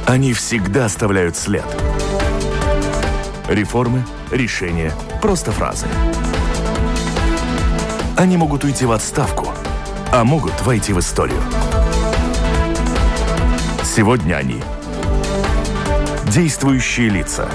Они всегда оставляют след. Реформы, решения, просто фразы. Они могут уйти в отставку, а могут войти в историю. Сегодня они – действующие лица.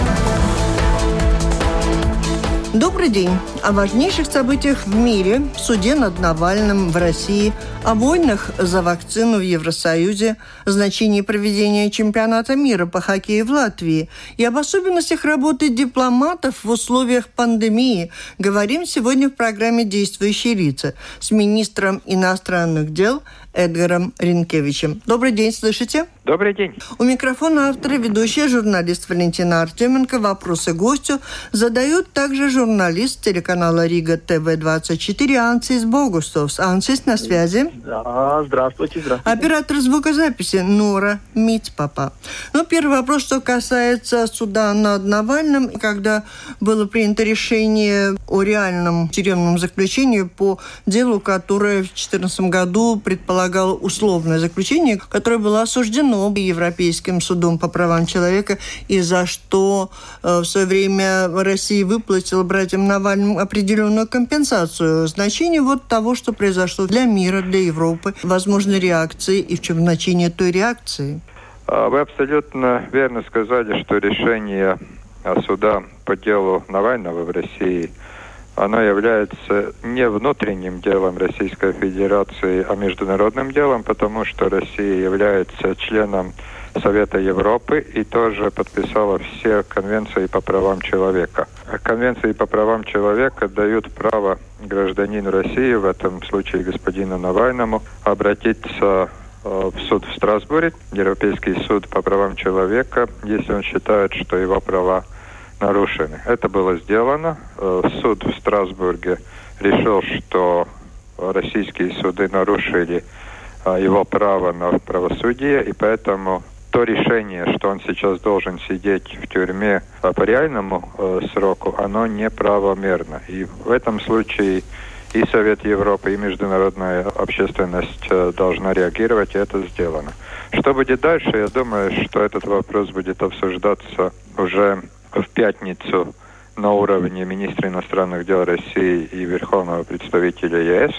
Добрый день. О важнейших событиях в мире, в суде над Навальным в России, о войнах за вакцину в Евросоюзе, значении проведения чемпионата мира по хоккею в Латвии и об особенностях работы дипломатов в условиях пандемии говорим сегодня в программе «Действующие лица» с министром иностранных дел Эдгаром Ринкевичем. Добрый день, слышите? Добрый день. У микрофона автор и ведущая журналист Валентина Артеменко. Вопросы гостю задают также журналист телеканала Рига ТВ-24 Ансис Богустовс. Ансис, на связи? Да, здравствуйте. Оператор звукозаписи Нора Мицпапа. Первый вопрос, что касается суда над Навальным. Когда было принято решение о реальном тюремном заключении по делу, которое в 2014 году предполагало условное заключение, которое было осуждено Европейским судом по правам человека, и за что в свое время Россия выплатила братьям Навальным определенную компенсацию. Значение того, что произошло для мира, для Европы, возможной реакции и в чем значение той реакции? Вы абсолютно верно сказали, что решение суда по делу Навального в России, оно является не внутренним делом Российской Федерации, а международным делом, потому что Россия является членом Совета Европы и тоже подписала все конвенции по правам человека. Конвенции по правам человека дают право гражданину России, в этом случае господину Навальному, обратиться в суд в Страсбурге, Европейский суд по правам человека, если он считает, что его права нарушены. Это было сделано. Суд в Страсбурге решил, что российские суды нарушили его право на правосудие, и поэтому то решение, что он сейчас должен сидеть в тюрьме по реальному сроку, оно неправомерно. И в этом случае и Совет Европы, и международная общественность должна реагировать, и это сделано. Что будет дальше? Я думаю, что этот вопрос будет обсуждаться уже в пятницу на уровне министра иностранных дел России и верховного представителя ЕС.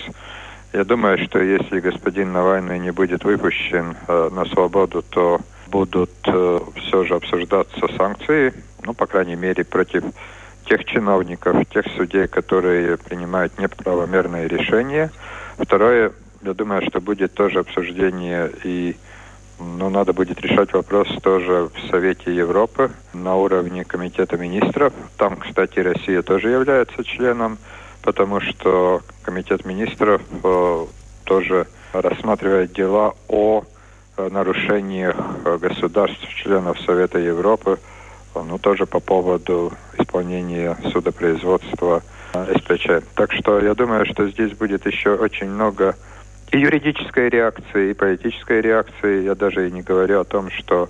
Я думаю, что если господин Навальный не будет выпущен на свободу, то будут все же обсуждаться санкции, по крайней мере, против тех чиновников, тех судей, которые принимают неправомерные решения. Второе, я думаю, что будет тоже обсуждение и надо будет решать вопрос тоже в Совете Европы на уровне Комитета министров. Там, кстати, Россия тоже является членом, потому что Комитет министров тоже рассматривает дела о нарушениях государств, членов Совета Европы, тоже по поводу исполнения судопроизводства СПЧ. Так что я думаю, что здесь будет еще очень много и юридической реакции, и политической реакции. Я даже и не говорю о том, что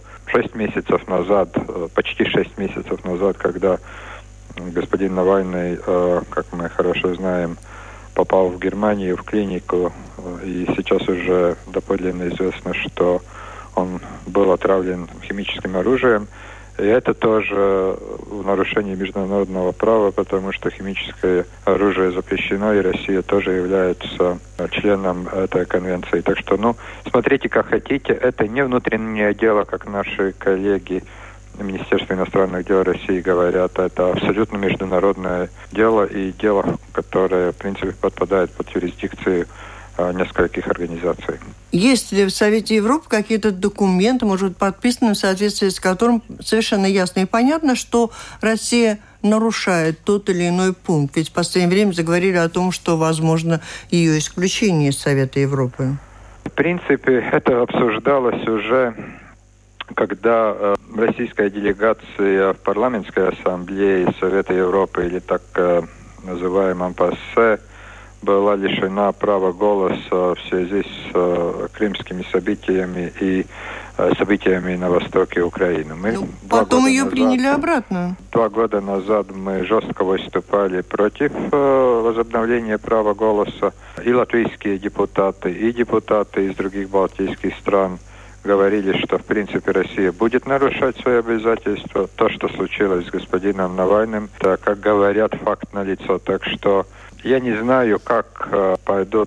почти 6 месяцев назад, когда господин Навальный, как мы хорошо знаем, попал в Германию в клинику, и сейчас уже доподлинно известно, что он был отравлен химическим оружием. И это тоже в нарушении международного права, потому что химическое оружие запрещено, и Россия тоже является членом этой конвенции. Так что, смотрите как хотите, это не внутреннее дело, как наши коллеги Министерства иностранных дел России говорят, это абсолютно международное дело и дело, которое, в принципе, подпадает под юрисдикцию нескольких организаций. Есть ли в Совете Европы какие-то документы, может быть, подписанные в соответствии с которым совершенно ясно и понятно, что Россия нарушает тот или иной пункт? Ведь в последнее время заговорили о том, что возможно ее исключение из Совета Европы. В принципе, это обсуждалось уже, когда российская делегация в парламентской ассамблее Совета Европы, или так называемом ПАСЕ, была лишена права голоса в связи с крымскими событиями и событиями на востоке Украины. Потом ее приняли обратно. 2 года назад мы жестко выступали против возобновления права голоса. И латвийские депутаты, и депутаты из других балтийских стран говорили, что, в принципе, Россия будет нарушать свои обязательства. То, что случилось с господином Навальным, это, как говорят, факт налицо. Так что я не знаю, как пойдут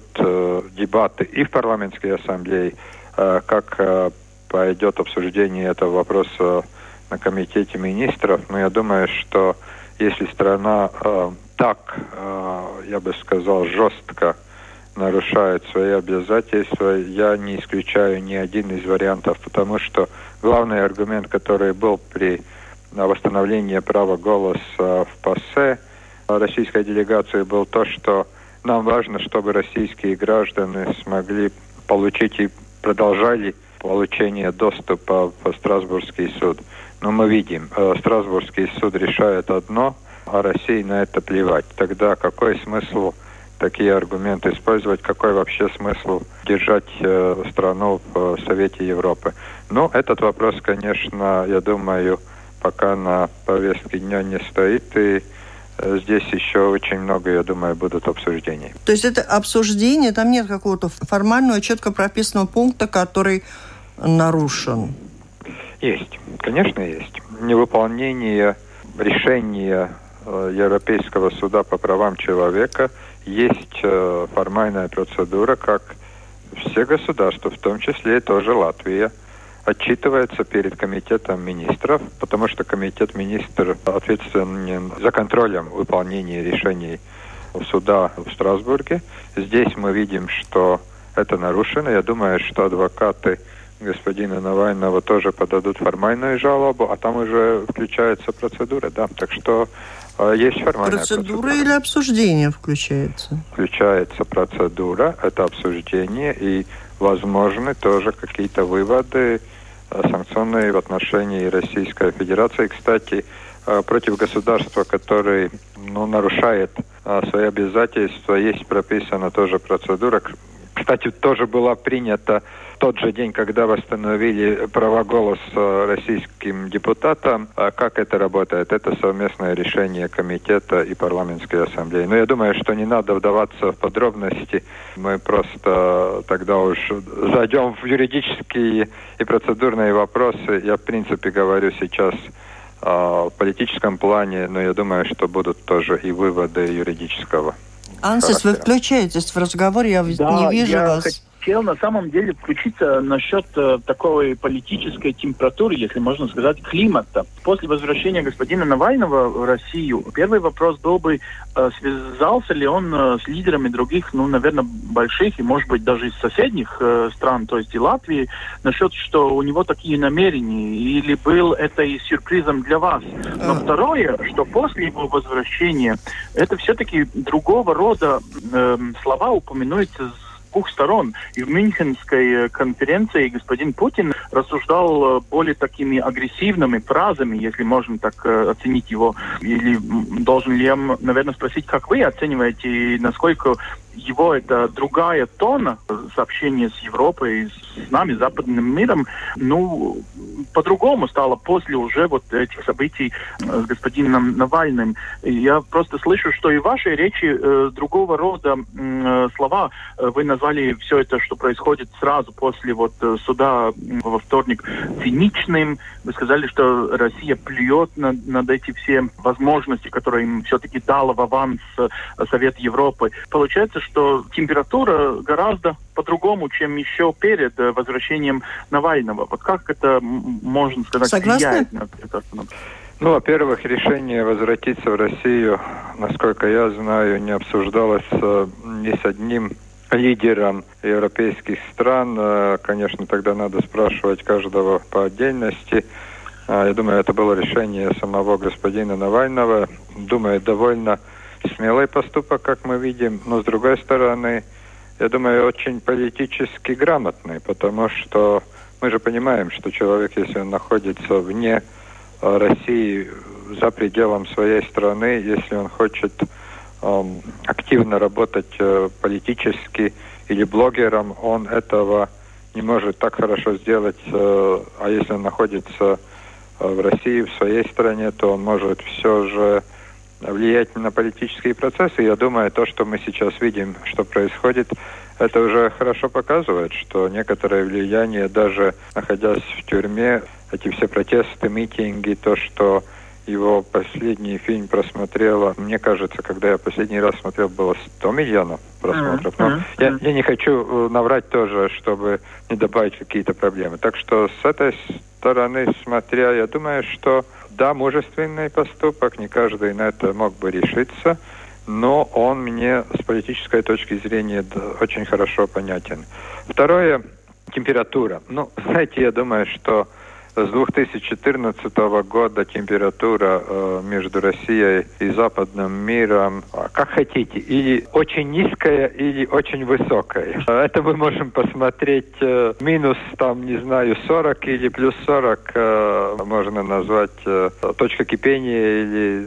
дебаты и в парламентской ассамблее, как пойдет обсуждение этого вопроса на комитете министров. Но я думаю, что если страна так, я бы сказал, жестко нарушает свои обязательства, я не исключаю ни один из вариантов, потому что главный аргумент, который был при восстановлении права голоса в ПАСЕ российской делегации, был то, что нам важно, чтобы российские граждане смогли получить и продолжали получение доступа в Страсбургский суд. Но мы видим, Страсбургский суд решает одно, а России на это плевать. Тогда какой смысл такие аргументы использовать, какой вообще смысл держать страну в Совете Европы? Ну, этот вопрос, конечно, я думаю, пока на повестке дня не стоит, и здесь еще очень много, я думаю, будут обсуждений. То есть это обсуждение, там нет какого-то формального, четко прописанного пункта, который нарушен? Есть, конечно, есть. Невыполнение решения Европейского суда по правам человека есть формальная процедура, как все государства, в том числе и тоже Латвия, отчитывается перед комитетом министров, потому что комитет министров ответственен за контролем выполнения решений суда в Страсбурге. Здесь мы видим, что это нарушено. Я думаю, что адвокаты господина Навального тоже подадут формальную жалобу, а там уже включается процедура, да. Так что есть формальная процедура. Или обсуждение включается? Включается процедура, это обсуждение, и возможны тоже какие-то выводы санкционные в отношении Российской Федерации. Кстати, против государства, который нарушает свои обязательства, есть прописана тоже процедура. Кстати, тоже была принята в тот же день, когда восстановили права голоса российским депутатам. Как это работает? Это совместное решение комитета и парламентской ассамблеи. Но я думаю, что не надо вдаваться в подробности. Мы просто тогда уж зайдем в юридические и процедурные вопросы. Я, в принципе, говорю сейчас в политическом плане, но я думаю, что будут тоже и выводы юридического. Ансис, вы включаетесь в разговор, я не вижу вас. Хотел на самом деле включиться насчет такой политической температуры, если можно сказать, климата. После возвращения господина Навального в Россию, первый вопрос был бы, связался ли он с лидерами других, наверное, больших и, может быть, даже из соседних стран, то есть и Латвии, насчет, что у него такие намерения, или был это и сюрпризом для вас. Но второе, что после его возвращения, это все-таки другого рода слова упоминаются с двух сторон. И в Мюнхенской конференции господин Путин рассуждал более такими агрессивными фразами, если можно так оценить его. Или должен ли я, наверное, спросить, как вы оцениваете, насколько его это другая тона сообщения с Европой, с нами, западным миром, по-другому стало после уже вот этих событий с господином Навальным. Я просто слышу, что и в вашей речи другого рода слова. Вы назвали все это, что происходит сразу после суда во вторник, циничным. Вы сказали, что Россия плюет над эти все возможности, которые им все-таки дала в аванс Совет Европы. Получается, что температура гораздо по-другому, чем еще перед возвращением Навального. Вот как это, можно сказать, влияет на это? Во-первых, решение возвратиться в Россию, насколько я знаю, не обсуждалось ни с одним лидером европейских стран. Конечно, тогда надо спрашивать каждого по отдельности. Я думаю, это было решение самого господина Навального. Думаю, довольно смелый поступок, как мы видим, но с другой стороны, я думаю, очень политически грамотный, потому что мы же понимаем, что человек, если он находится вне России, за пределом своей страны, если он хочет активно работать политически или блогером, он этого не может так хорошо сделать, а если он находится в России, в своей стране, то он может все же влиять на политические процессы. Я думаю, то, что мы сейчас видим, что происходит, это уже хорошо показывает, что некоторое влияние, даже находясь в тюрьме, эти все протесты, митинги, то, что его последний фильм просмотрело, мне кажется, когда я последний раз смотрел, было 100 миллионов просмотров. Но я не хочу наврать тоже, чтобы не добавить какие-то проблемы. Так что с этой стороны смотря, я думаю, что да, мужественный поступок, не каждый на это мог бы решиться, но он мне с политической точки зрения очень хорошо понятен. Второе, температура. Ну, знаете, я думаю, что с 2014 года температура между Россией и западным миром, как хотите, или очень низкая, или очень высокая. Это мы можем посмотреть минус, там, не знаю, 40 или плюс 40, можно назвать точка кипения или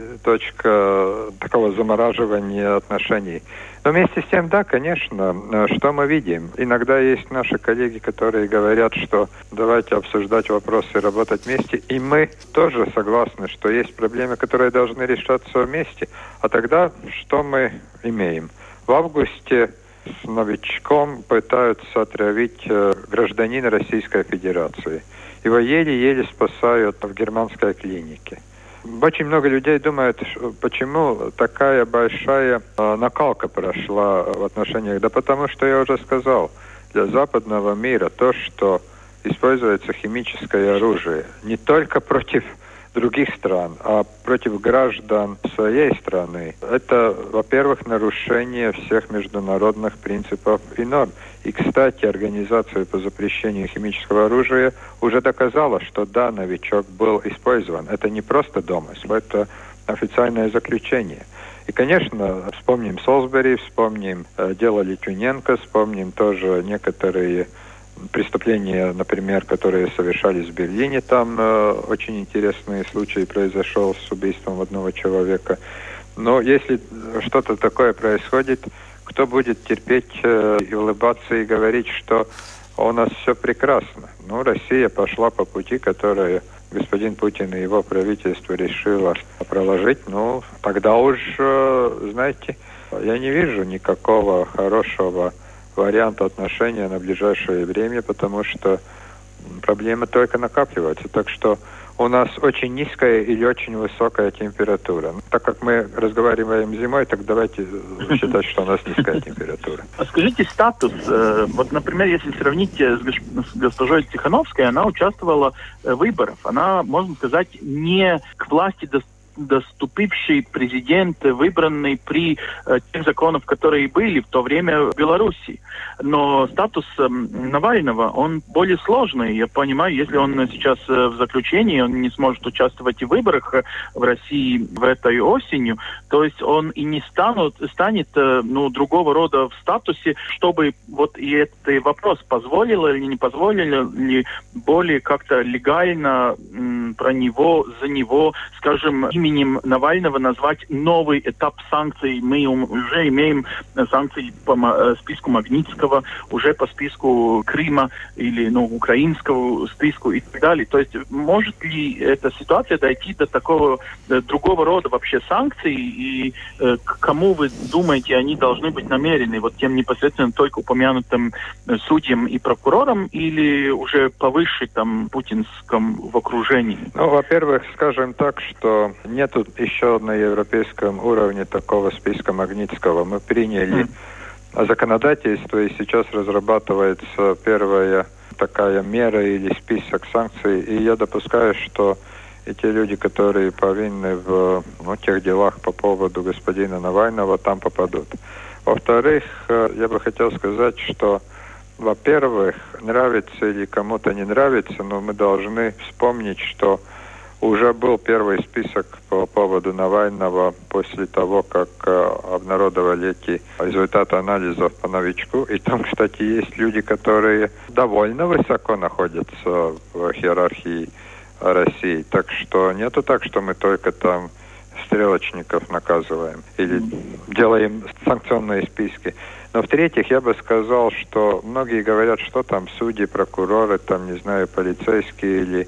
точка такого замораживания отношений. Но вместе с тем, да, конечно, что мы видим? Иногда есть наши коллеги, которые говорят, что давайте обсуждать вопросы, работать вместе. И мы тоже согласны, что есть проблемы, которые должны решаться вместе. А тогда что мы имеем? В августе с новичком пытаются отравить гражданина Российской Федерации. Его еле-еле спасают в германской клинике. Очень много людей думают, почему такая большая накалка прошла в отношениях. Да потому что, я уже сказал, для западного мира то, что используется химическое оружие, не только против других стран, а против граждан своей страны, это, во-первых, нарушение всех международных принципов и норм. И, кстати, Организация по запрещению химического оружия уже доказала, что да, новичок был использован. Это не просто домысел, это официальное заключение. И, конечно, вспомним Солсбери, вспомним дело Литвиненко, вспомним тоже некоторые преступления, например, которые совершались в Берлине. Там очень интересный случай произошел с убийством одного человека. Но если что-то такое происходит, кто будет терпеть и улыбаться и говорить, что у нас все прекрасно? Ну, Россия пошла по пути, который господин Путин и его правительство решило проложить. Ну, тогда уж, знаете, я не вижу никакого хорошего варианта отношения на ближайшее время, потому что проблемы только накапливаются. Так что у нас очень низкая или очень высокая температура. Так как мы разговариваем зимой, так давайте считать, что у нас низкая температура. А скажите статус. Вот, например, если сравнить с госпожой Тихановской, она участвовала в выборах. Она, можно сказать, не к власти доступивший президент, выбранный при тех законах, которые были в то время в Беларуси. Но статус Навального, он более сложный. Я понимаю, если он сейчас в заключении, он не сможет участвовать в выборах в России в этой осенью, то есть он и не станет другого рода в статусе, чтобы вот и этот вопрос, позволило или не позволило ли более как-то легально про него, за него, скажем, именем Навального назвать новый этап санкций. Мы уже имеем санкции по списку Магнитского, уже по списку Крыма или украинского списку и так далее. То есть может ли эта ситуация дойти до такого другого рода вообще санкций, и к кому вы думаете, они должны быть намерены? Вот тем непосредственно только упомянутым судьям и прокурорам или уже повыше там путинском в окружении? Ну, во-первых, скажем так, что нету еще на европейском уровне такого списка Магнитского. Мы приняли законодательство, и сейчас разрабатывается первая такая мера или список санкций. И я допускаю, что эти люди, которые повинны в тех делах по поводу господина Навального, там попадут. Во-вторых, я бы хотел сказать, что, во-первых, нравится или кому-то не нравится, но мы должны вспомнить, что уже был первый список по поводу Навального после того, как обнародовали эти результаты анализов по новичку. И там, кстати, есть люди, которые довольно высоко находятся в иерархии России. Так что нету так, что мы только там стрелочников наказываем или делаем санкционные списки. Но в-третьих, я бы сказал, что многие говорят, что там судьи, прокуроры, там, не знаю, полицейские или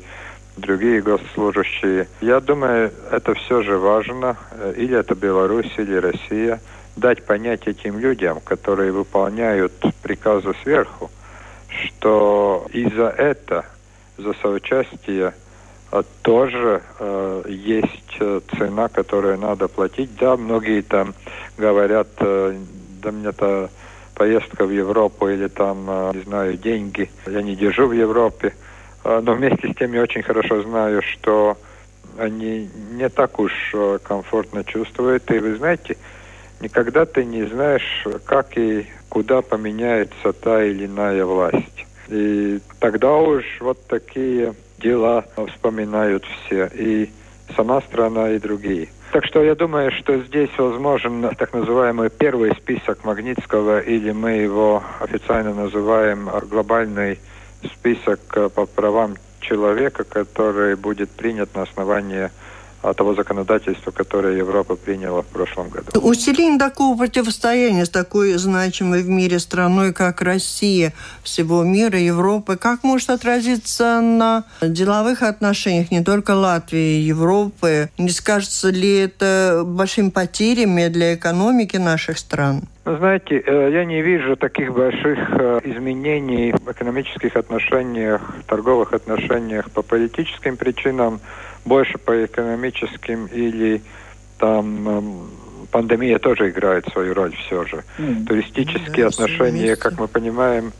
другие госслужащие. Я думаю, это все же важно, или это Беларусь, или Россия, дать понять этим людям, которые выполняют приказы сверху, что и за соучастие тоже есть цена, которую надо платить. Да, многие там говорят, да мне-то поездка в Европу или там, не знаю, деньги, я не держу в Европе. Но вместе с тем я очень хорошо знаю, что они не так уж комфортно чувствуют. И вы знаете, никогда ты не знаешь, как и куда поменяется та или иная власть. И тогда уж вот такие дела вспоминают все. И сама страна, и другие. Так что я думаю, что здесь возможен так называемый первый список Магнитского, или мы его официально называем глобальный список по правам человека, который будет принят на основании того законодательства, которое Европа приняла в прошлом году. Усиление такого противостояния с такой значимой в мире страной, как Россия, всего мира, Европы, как может отразиться на деловых отношениях не только Латвии и Европы? Не скажется ли это большими потерями для экономики наших стран? Знаете, я не вижу таких больших изменений в экономических отношениях, торговых отношениях по политическим причинам, больше по экономическим, или там пандемия тоже играет свою роль все же. Туристические отношения, как мы понимаем,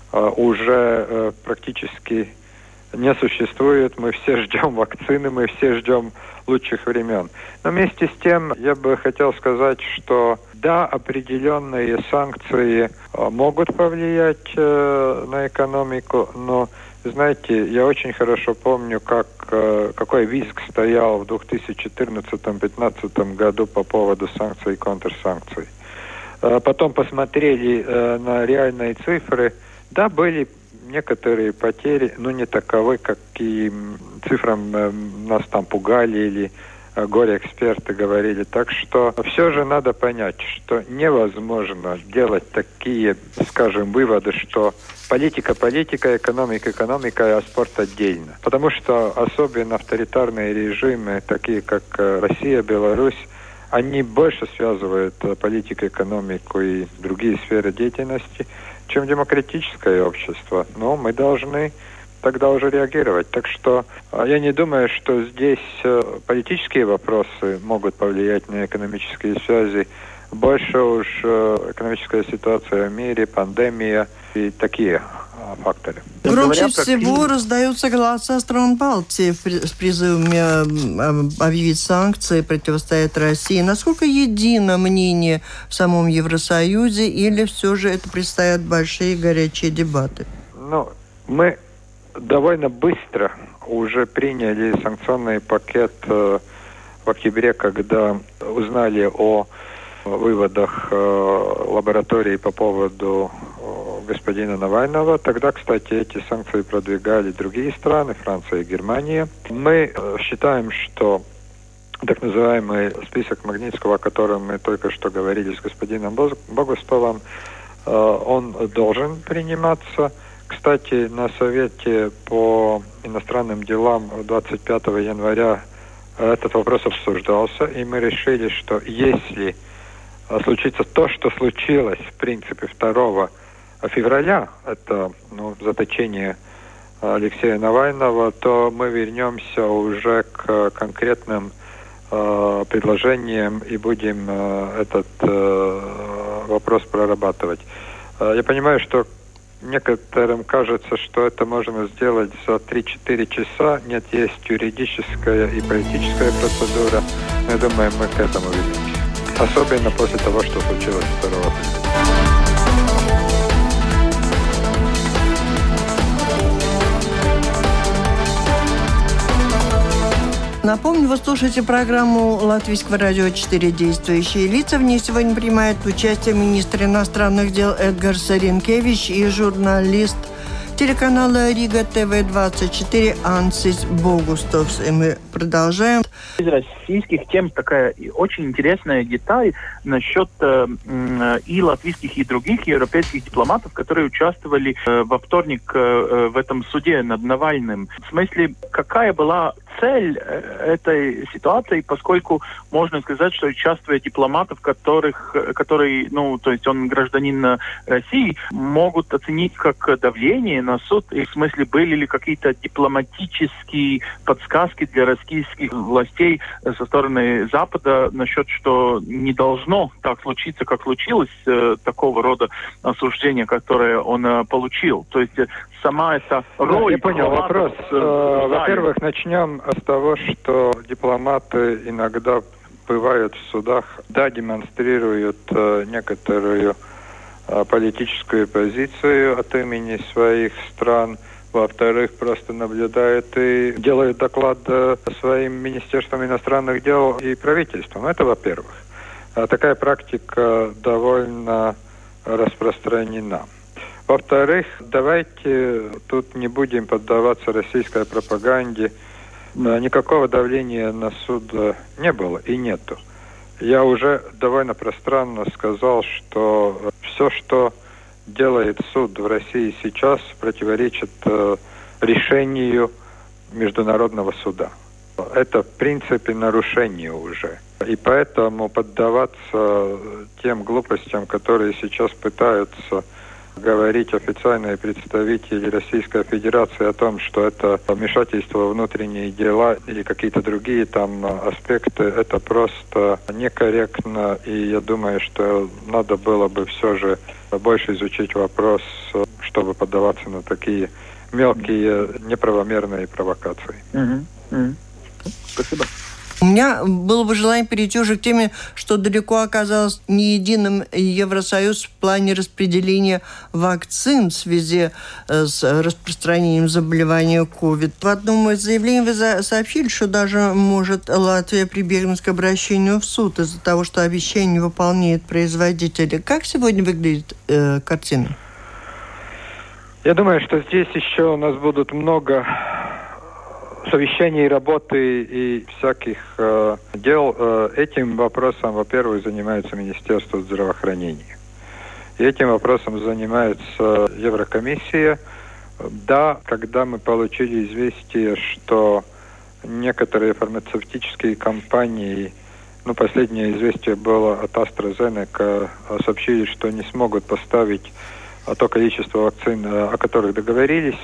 уже практически не существует. Мы все ждем вакцины, мы все ждем лучших времен. Но вместе с тем я бы хотел сказать, что да, определенные санкции могут повлиять на экономику, но, знаете, я очень хорошо помню, какой визг стоял в 2014-2015 году по поводу санкций и контрсанкций. Потом посмотрели на реальные цифры. Да, были некоторые потери, но не таковы, каким цифрам нас там пугали или горе-эксперты говорили. Так что все же надо понять, что невозможно делать такие, скажем, выводы, что политика, экономика, а спорт отдельно. Потому что особенно авторитарные режимы, такие как Россия, Беларусь, они больше связывают политику, экономику и другие сферы деятельности, чем демократическое общество. Но мы должны тогда уже реагировать. Так что я не думаю, что здесь политические вопросы могут повлиять на экономические связи. Больше уж экономическая ситуация в мире, пандемия и такие факторы. Громче всего раздаются голоса стран Балтии с призывами объявить санкции, противостоять России. Насколько едино мнение в самом Евросоюзе, или все же это предстоят большие горячие дебаты? Мы довольно быстро уже приняли санкционный пакет в октябре, когда узнали о выводах лаборатории по поводу господина Навального. Тогда, кстати, эти санкции продвигали другие страны, Франция и Германия. Мы считаем, что так называемый список Магнитского, о котором мы только что говорили с господином Богуславом, он должен приниматься. Кстати, на Совете по иностранным делам 25 января этот вопрос обсуждался, и мы решили, что если случится то, что случилось, в принципе, 2 февраля, это заточение Алексея Навального, то мы вернемся уже к конкретным предложениям и будем этот вопрос прорабатывать. Я понимаю, что некоторым кажется, что это можно сделать за 3-4 часа. Нет, есть юридическая и политическая процедура. Я думаю, мы к этому вернемся. Особенно после того, что случилось 2 февраля. Напомню, вы слушаете программу Латвийского радио «4 действующие лица». В ней сегодня принимает участие министр иностранных дел Эдгарс Ринкевич и журналист телеканала Рига ТВ-24 Ансис Богуславс. И мы продолжаем Из российских тем такая очень интересная деталь насчет и латвийских, и других европейских дипломатов, которые участвовали во вторник в этом суде над Навальным. В смысле, какая была цель этой ситуации, поскольку можно сказать, что участвуя дипломатов, которые, то есть он гражданин России, могут оценить как давление на суд, и в смысле были ли какие-то дипломатические подсказки для российских властей со стороны Запада насчет, что не должно так случиться, как случилось, такого рода осуждение, которое он получил. То есть сама эта роль... Я понял вопрос. Во-первых, начнем с того, что дипломаты иногда бывают в судах, да, демонстрируют некоторую политическую позицию от имени своих стран. Во-вторых, просто наблюдают и делают доклад своим Министерством иностранных дел и правительством. Это во-первых. Такая практика довольно распространена. Во-вторых, давайте тут не будем поддаваться российской пропаганде. Никакого давления на суд не было и нету. Я уже довольно пространно сказал, что все, что делает суд в России сейчас, противоречит решению Международного суда. Это в принципе нарушение уже. И поэтому поддаваться тем глупостям, которые сейчас пытаются говорить официальные представители Российской Федерации о том, что это вмешательство во внутренние дела или какие-то другие там аспекты, это просто некорректно. И я думаю, что надо было бы все же больше изучить вопрос, чтобы поддаваться на такие мелкие неправомерные провокации. Спасибо. У меня было бы желание перейти уже к теме, что далеко оказался не единым Евросоюз в плане распределения вакцин в связи с распространением заболевания COVID. В одном из заявлений вы сообщили, что даже может Латвия прибегнуть к обращению в суд из-за того, что обещание не выполняет производители. Как сегодня выглядит картина? Я думаю, что здесь еще у нас будут много совещаний, работы и всяких дел. Этим вопросом, во-первых, занимается Министерство здравоохранения. И этим вопросом занимается Еврокомиссия. Да, когда мы получили известие, что некоторые фармацевтические компании, последнее известие было от AstraZeneca, сообщили, что не смогут поставить то количество вакцин, о которых договорились,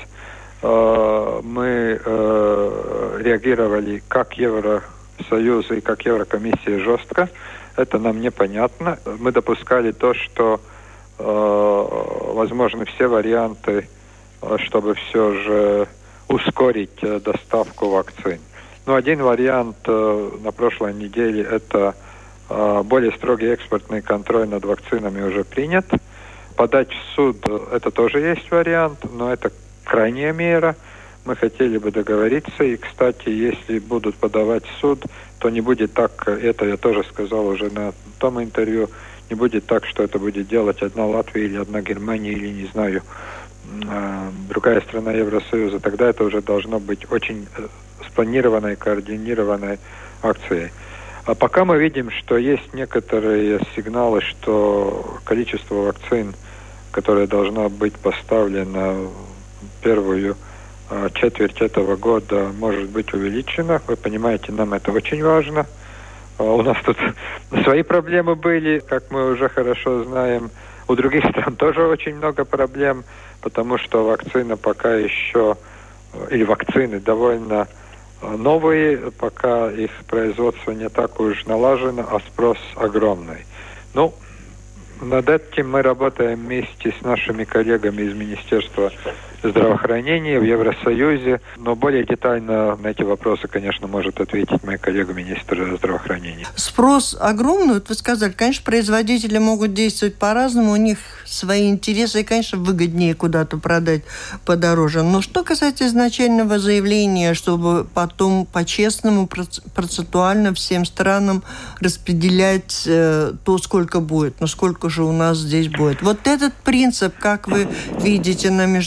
мы реагировали как Евросоюз и как Еврокомиссия жестко. Это нам непонятно. Мы допускали то, что возможны все варианты, чтобы все же ускорить доставку вакцин. Один вариант на прошлой неделе – это более строгий экспортный контроль над вакцинами уже принят. Подать в суд – это тоже есть вариант, но это крайняя мера. Мы хотели бы договориться. И, кстати, если будут подавать в суд, то не будет так, это я тоже сказал уже на том интервью, не будет так, что это будет делать одна Латвия или одна Германия или, не знаю, другая страна Евросоюза. Тогда это уже должно быть очень спланированной, координированной акцией. А пока мы видим, что есть некоторые сигналы, что количество вакцин, которое должно быть поставлено первую четверть этого года, может быть увеличено. Вы понимаете, нам это очень важно. У нас тут свои проблемы были, как мы уже хорошо знаем. У других стран тоже очень много проблем, потому что вакцина пока еще, или вакцины довольно новые, пока их производство не так уж налажено, а спрос огромный. Над этим мы работаем вместе с нашими коллегами из Министерства здравоохранения в Евросоюзе, но более детально на эти вопросы, конечно, может ответить моя коллега-министр здравоохранения. Спрос огромный, вот вы сказали, конечно, производители могут действовать по-разному, у них свои интересы, и, конечно, выгоднее куда-то продать подороже. Но что касается изначального заявления, чтобы потом по-честному, процентуально всем странам распределять то, сколько будет, сколько же у нас здесь будет. Вот этот принцип, как вы видите на международном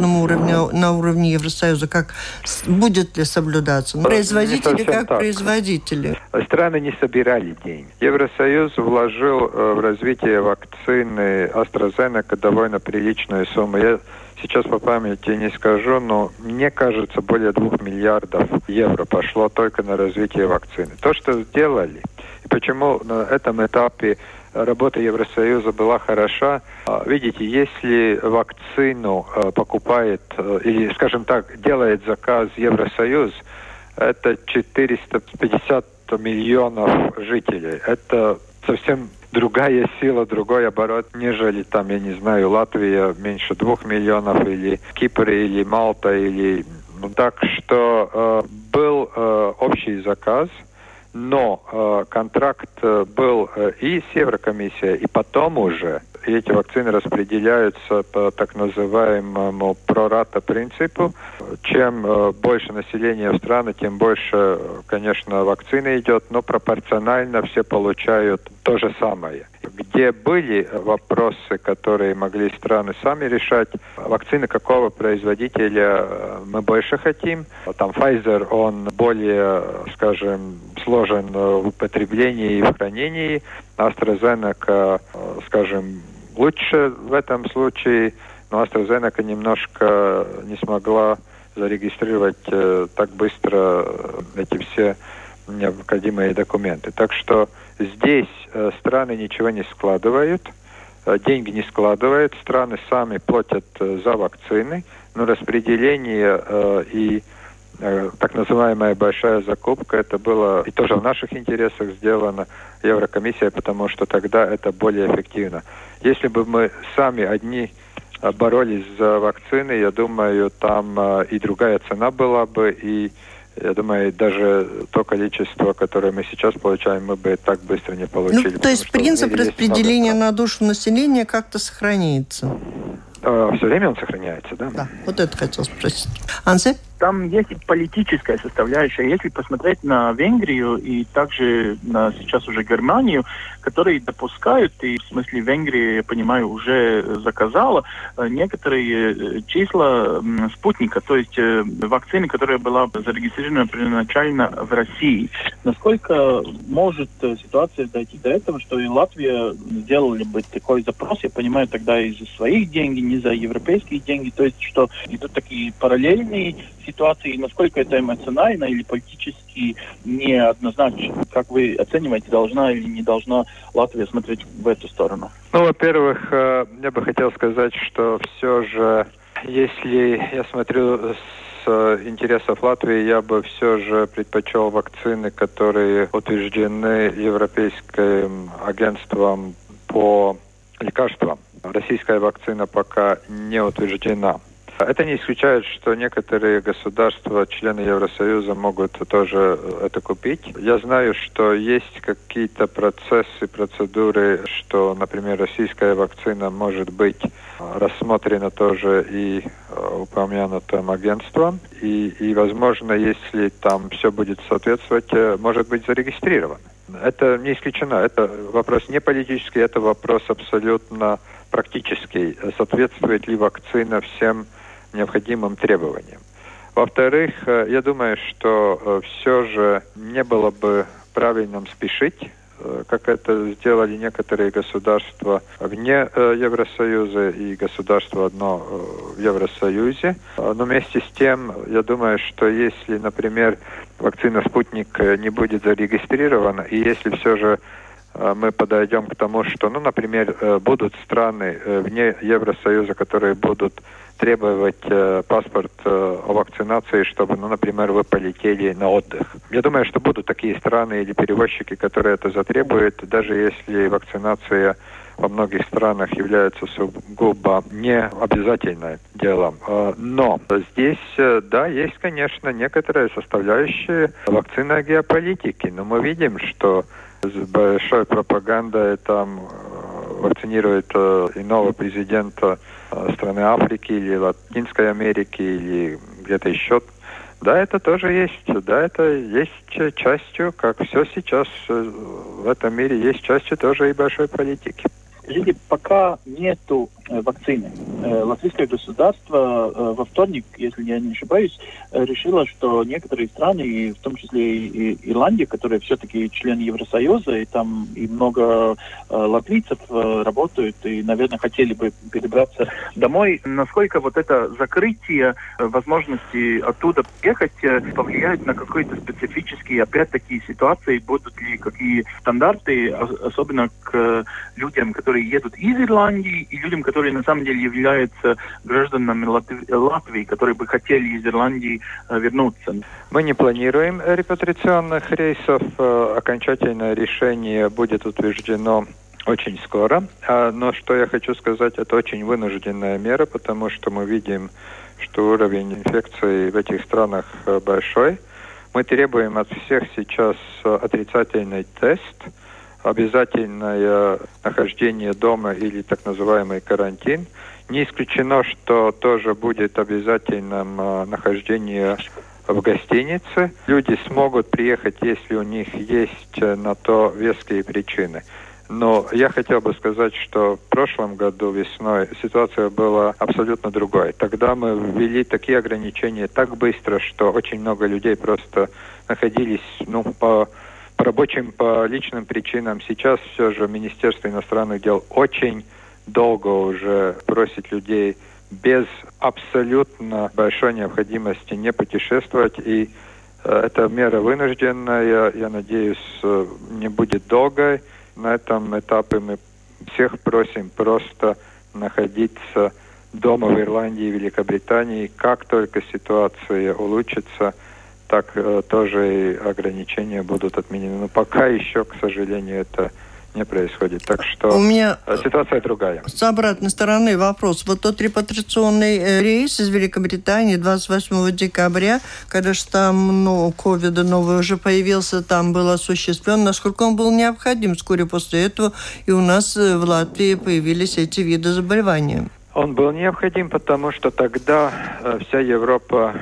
международном уровне, на уровне Евросоюза, как будет ли соблюдаться? Производители как так. Производители. Страны не собирали деньги. Евросоюз вложил в развитие вакцины AstraZeneca довольно приличную сумму. Я сейчас по памяти не скажу, но мне кажется, более 2 миллиардов евро пошло только на развитие вакцины. То, что сделали, и почему на этом этапе работа Евросоюза была хороша. Видите, если вакцину покупает, или, скажем так, делает заказ Евросоюз, это 450 миллионов жителей. Это совсем другая сила, другой оборот, нежели там, я не знаю, Латвия меньше 2 миллионов, или Кипр, или Малта, или... Так что был общий заказ, но контракт был и с Еврокомиссией, и потом уже эти вакцины распределяются по так называемому прората принципу. Чем больше населения страны, тем больше, конечно, вакцины идет, но пропорционально все получают то же самое. Где были вопросы, которые могли страны сами решать, вакцины какого производителя мы больше хотим. Там Pfizer, он более, скажем, сложен в употреблении и в хранении. AstraZeneca, скажем, лучше в этом случае, но AstraZeneca немножко не смогла зарегистрировать так быстро эти все необходимые документы. Так что здесь страны ничего не складывают, деньги не складывают, страны сами платят за вакцины, но распределение и так называемая большая закупка, это было и тоже в наших интересах сделано Еврокомиссией, потому что тогда это более эффективно. Если бы мы сами одни боролись за вакцины, я думаю, там и другая цена была бы, и я думаю, даже то количество, которое мы сейчас получаем, мы бы так быстро не получили. То есть принцип распределения на душу населения как-то сохранится? Все время он сохраняется, да? Да, вот это хотел спросить. Анзе? Там есть и политическая составляющая. Если посмотреть на Венгрию и также на сейчас уже Германию, которые допускают, и в смысле Венгрия, я понимаю, уже заказала некоторые числа спутника, то есть вакцины, которая была зарегистрирована первоначально в России. Насколько может ситуация дойти до этого, что и Латвия сделали бы такой запрос, я понимаю, тогда и за своих деньги, не за европейские деньги, то есть что идут такие параллельные ситуации, насколько это эмоционально или политически неоднозначно? Как вы оцениваете, должна или не должна Латвия смотреть в эту сторону? Ну, во-первых, я бы хотел сказать, что все же, если я смотрю с интересов Латвии, я бы все же предпочел вакцины, которые утверждены Европейским агентством по лекарствам. Российская вакцина пока не утверждена. Это не исключает, что некоторые государства, члены Евросоюза, могут тоже это купить. Я знаю, что есть какие-то процессы, процедуры, что, например, российская вакцина может быть рассмотрена тоже и упомянутым агентством. И возможно, если там все будет соответствовать, может быть зарегистрировано. Это не исключено. Это вопрос не политический, это вопрос абсолютно практический. Соответствует ли вакцина всем необходимым требованиям. Во-вторых, я думаю, что все же не было бы правильным спешить, как это сделали некоторые государства вне Евросоюза и государство одно в Евросоюзе. Но вместе с тем, я думаю, что если, например, вакцина «Спутник» не будет зарегистрирована, и если все же мы подойдем к тому, что, например, будут страны вне Евросоюза, которые будут требовать паспорт о вакцинации, чтобы, например, вы полетели на отдых. Я думаю, что будут такие страны или перевозчики, которые это затребуют, даже если вакцинация во многих странах является сугубо не обязательным делом. Но здесь, да, есть, конечно, некоторые составляющие вакцины геополитики. Но мы видим, что с большой пропагандой там вакцинируют иного президента страны Африки или Латинской Америки или где-то еще. Да, это тоже есть. Да, это есть частью, как все сейчас в этом мире, есть частью тоже и большой политики. Скажите, пока нету вакцины, латвийское государство во вторник, если я не ошибаюсь, решило, что некоторые страны, и в том числе и Ирландия, которая все-таки член Евросоюза, и там и много латвийцев работают, и, наверное, хотели бы перебраться домой. Насколько вот это закрытие возможности оттуда ехать повлияет на какие-то специфические, опять-таки, ситуации? Будут ли какие стандарты, особенно к людям, которые едут из Ирландии, и людям, которые на самом деле являются гражданами Латвии, которые бы хотели из Ирландии вернуться? Мы не планируем репатриационных рейсов. Окончательное решение будет утверждено очень скоро. Но что я хочу сказать, это очень вынужденная мера, потому что мы видим, что уровень инфекции в этих странах большой. Мы требуем от всех сейчас отрицательный тест, обязательное нахождение дома или так называемый карантин. Не исключено, что тоже будет обязательным нахождение в гостинице. Люди смогут приехать, если у них есть на то веские причины. Но я хотел бы сказать, что в прошлом году весной ситуация была абсолютно другой. Тогда мы ввели такие ограничения так быстро, что очень много людей просто находились по рабочим, по личным причинам. Сейчас все же Министерство иностранных дел очень долго уже просит людей без абсолютно большой необходимости не путешествовать. И эта мера вынужденная, я надеюсь, не будет долгой. На этом этапе мы всех просим просто находиться дома в Ирландии и Великобритании. Как только ситуация улучшится, так тоже и ограничения будут отменены. Но пока еще, к сожалению, это не происходит. Так что у меня ситуация другая. С обратной стороны вопрос. Вот тот репатриационный рейс из Великобритании 28 декабря, когда штамм ковида новый уже появился, там был осуществлен, насколько он был необходим. Вскоре после этого и у нас в Латвии появились эти виды заболевания. Он был необходим, потому что тогда вся Европа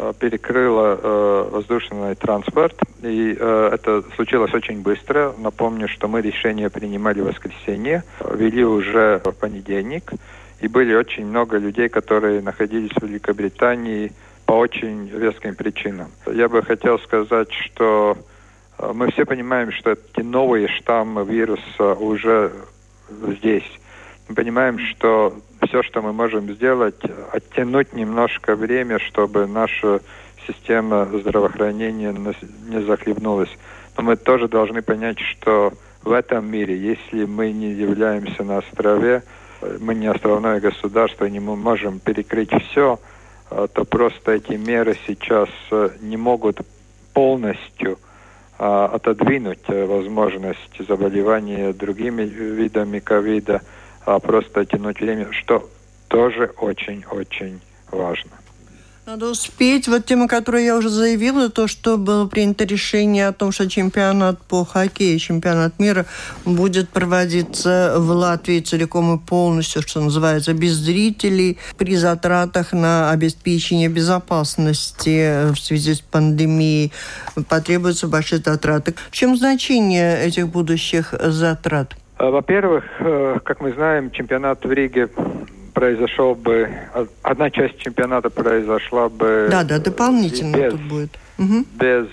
перекрыла воздушный транспорт, и это случилось очень быстро. Напомню, что мы решение принимали в воскресенье, ввели уже в понедельник, и были очень много людей, которые находились в Великобритании по очень веским причинам. Я бы хотел сказать, что мы все понимаем, что эти новые штаммы вируса уже здесь. Мы понимаем, что все, что мы можем сделать, оттянуть немножко время, чтобы наша система здравоохранения не захлебнулась. Но мы тоже должны понять, что в этом мире, если мы не являемся на острове, мы не островное государство, не можем перекрыть все, то просто эти меры сейчас не могут полностью отодвинуть возможность заболевания другими видами ковида, а просто тянуть время, что тоже очень-очень важно. Надо успеть. Вот тема, которую я уже заявила, то, что было принято решение о том, что чемпионат по хоккею, чемпионат мира будет проводиться в Латвии целиком и полностью, что называется, без зрителей, при затратах на обеспечение безопасности в связи с пандемией. Потребуются большие затраты. В чем значение этих будущих затрат? Во-первых, как мы знаем, чемпионат в Риге произошел бы... Одна часть чемпионата произошла бы... Да, дополнительно тут будет. Без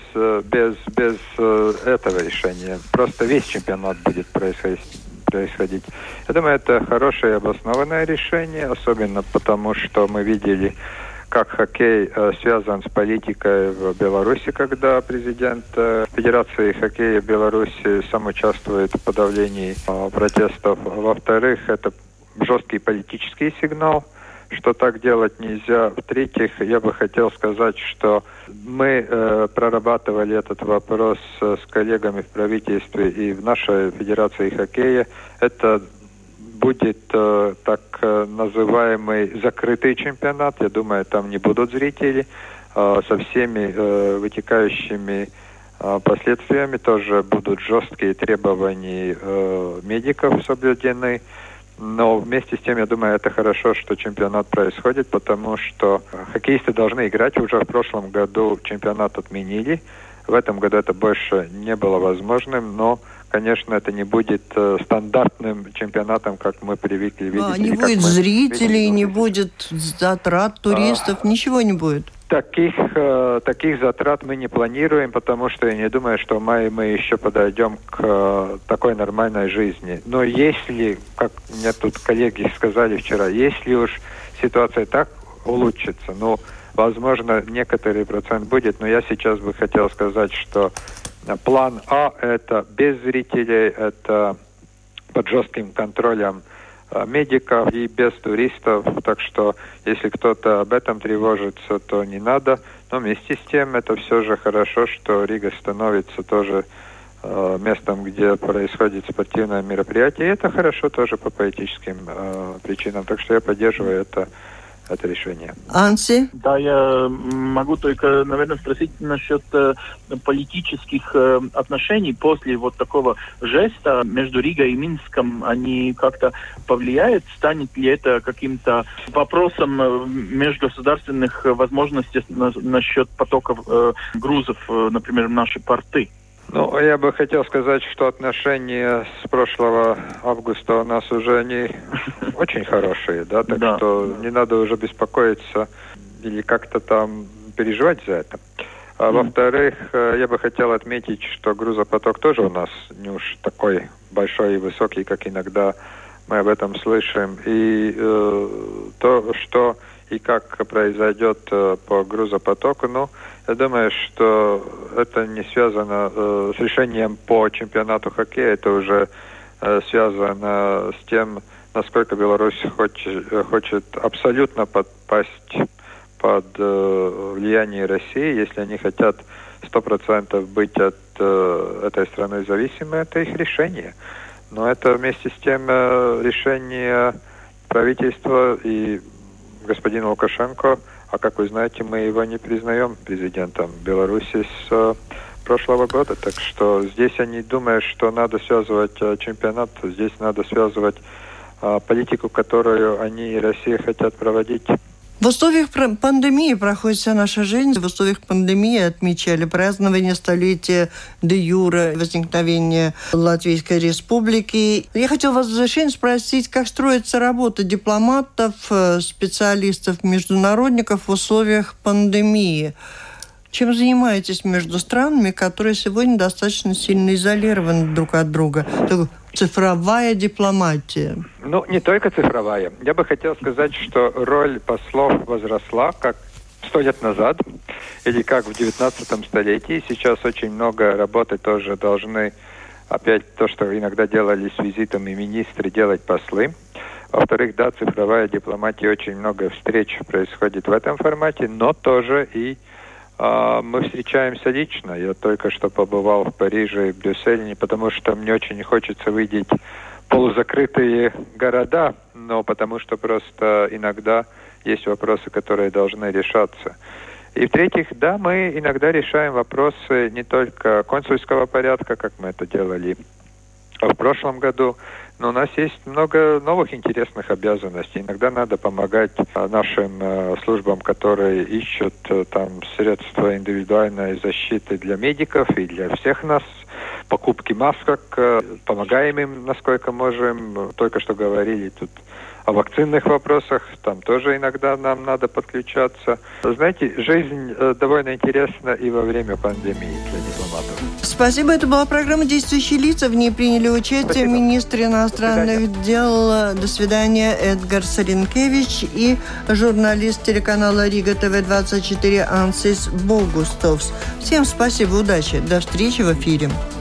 этого решения. Просто весь чемпионат будет происходить. Я думаю, это хорошее и обоснованное решение, особенно потому, что мы видели, как хоккей связан с политикой в Беларуси, когда президент Федерации хоккея Беларуси сам участвует в подавлении протестов. Во-вторых, это жесткий политический сигнал, что так делать нельзя. В-третьих, я бы хотел сказать, что мы прорабатывали этот вопрос с коллегами в правительстве и в нашей Федерации хоккея. Это будет так называемый закрытый чемпионат. Я думаю, там не будут зрителей со всеми вытекающими последствиями. Тоже будут жесткие требования медиков соблюдены. Но вместе с тем, я думаю, это хорошо, что чемпионат происходит, потому что хоккеисты должны играть. Уже в прошлом году чемпионат отменили. В этом году это больше не было возможным, но конечно, это не будет стандартным чемпионатом, как мы привыкли видеть. Не будет зрителей, не будет затрат туристов, ничего не будет. Таких затрат мы не планируем, потому что я не думаю, что в мае мы еще подойдем к такой нормальной жизни. Но если, как мне тут коллеги сказали вчера, если уж ситуация так улучшится, возможно, некоторый процент будет, но я сейчас бы хотел сказать, что план А – это без зрителей, это под жестким контролем медиков и без туристов, так что если кто-то об этом тревожится, то не надо. Но вместе с тем это все же хорошо, что Рига становится тоже местом, где происходит спортивное мероприятие. И это хорошо тоже по политическим причинам. Так что я поддерживаю это решение. Анси? Да, я могу только, наверное, спросить насчет политических отношений после вот такого жеста между Ригой и Минском. Они как-то повлияют? Станет ли это каким-то вопросом межгосударственных возможностей насчет потоков грузов, например, в наши порты? Я бы хотел сказать, что отношения с прошлого августа у нас уже не очень хорошие, да, так что не надо уже беспокоиться или как-то там переживать за это. Во-вторых, я бы хотел отметить, что грузопоток тоже у нас не уж такой большой и высокий, как иногда мы об этом слышим. И то, что и как произойдет по грузопотоку, я думаю, что это не связано с решением по чемпионату хоккея, это уже связано с тем, насколько Беларусь хочет абсолютно подпасть под влияние России. Если они хотят 100% быть от этой страны зависимы, это их решение. Но это вместе с тем решение правительства и господина Лукашенко. А как вы знаете, мы его не признаем президентом Беларуси с прошлого года. Так что здесь они думают, что надо связывать чемпионат, здесь надо связывать политику, которую они и Россия хотят проводить. В условиях пандемии проходит вся наша жизнь. В условиях пандемии отмечали празднование столетия де-юре возникновения Латвийской Республики. Я хотела вас в завершение спросить, как строится работа дипломатов, специалистов, международников в условиях пандемии? Чем занимаетесь между странами, которые сегодня достаточно сильно изолированы друг от друга? Цифровая дипломатия. Не только цифровая. Я бы хотел сказать, что роль послов возросла, как 100 лет назад, или как в 19 столетии. Сейчас очень много работы тоже должны, опять то, что иногда делали с визитом и министры, делать послы. Во-вторых, цифровая дипломатия, очень много встреч происходит в этом формате, но тоже и мы встречаемся лично. Я только что побывал в Париже и в Брюсселе, не потому что мне очень хочется видеть полузакрытые города, но потому что просто иногда есть вопросы, которые должны решаться. И в-третьих, мы иногда решаем вопросы не только консульского порядка, как мы это делали в прошлом году, но у нас есть много новых интересных обязанностей. Иногда надо помогать нашим службам, которые ищут там средства индивидуальной защиты для медиков и для всех нас, покупки масок, помогаем им, насколько можем. Только что говорили тут о вакцинных вопросах, там тоже иногда нам надо подключаться. Знаете, жизнь довольно интересна и во время пандемии для дипломатов. Спасибо. Это была программа «Действующие лица». В ней приняли участие министр иностранных дел. До свидания, Эдгар Саренкевич и журналист телеканала Рига ТВ-24 Ансис Богустовс. Всем спасибо, удачи. До встречи в эфире.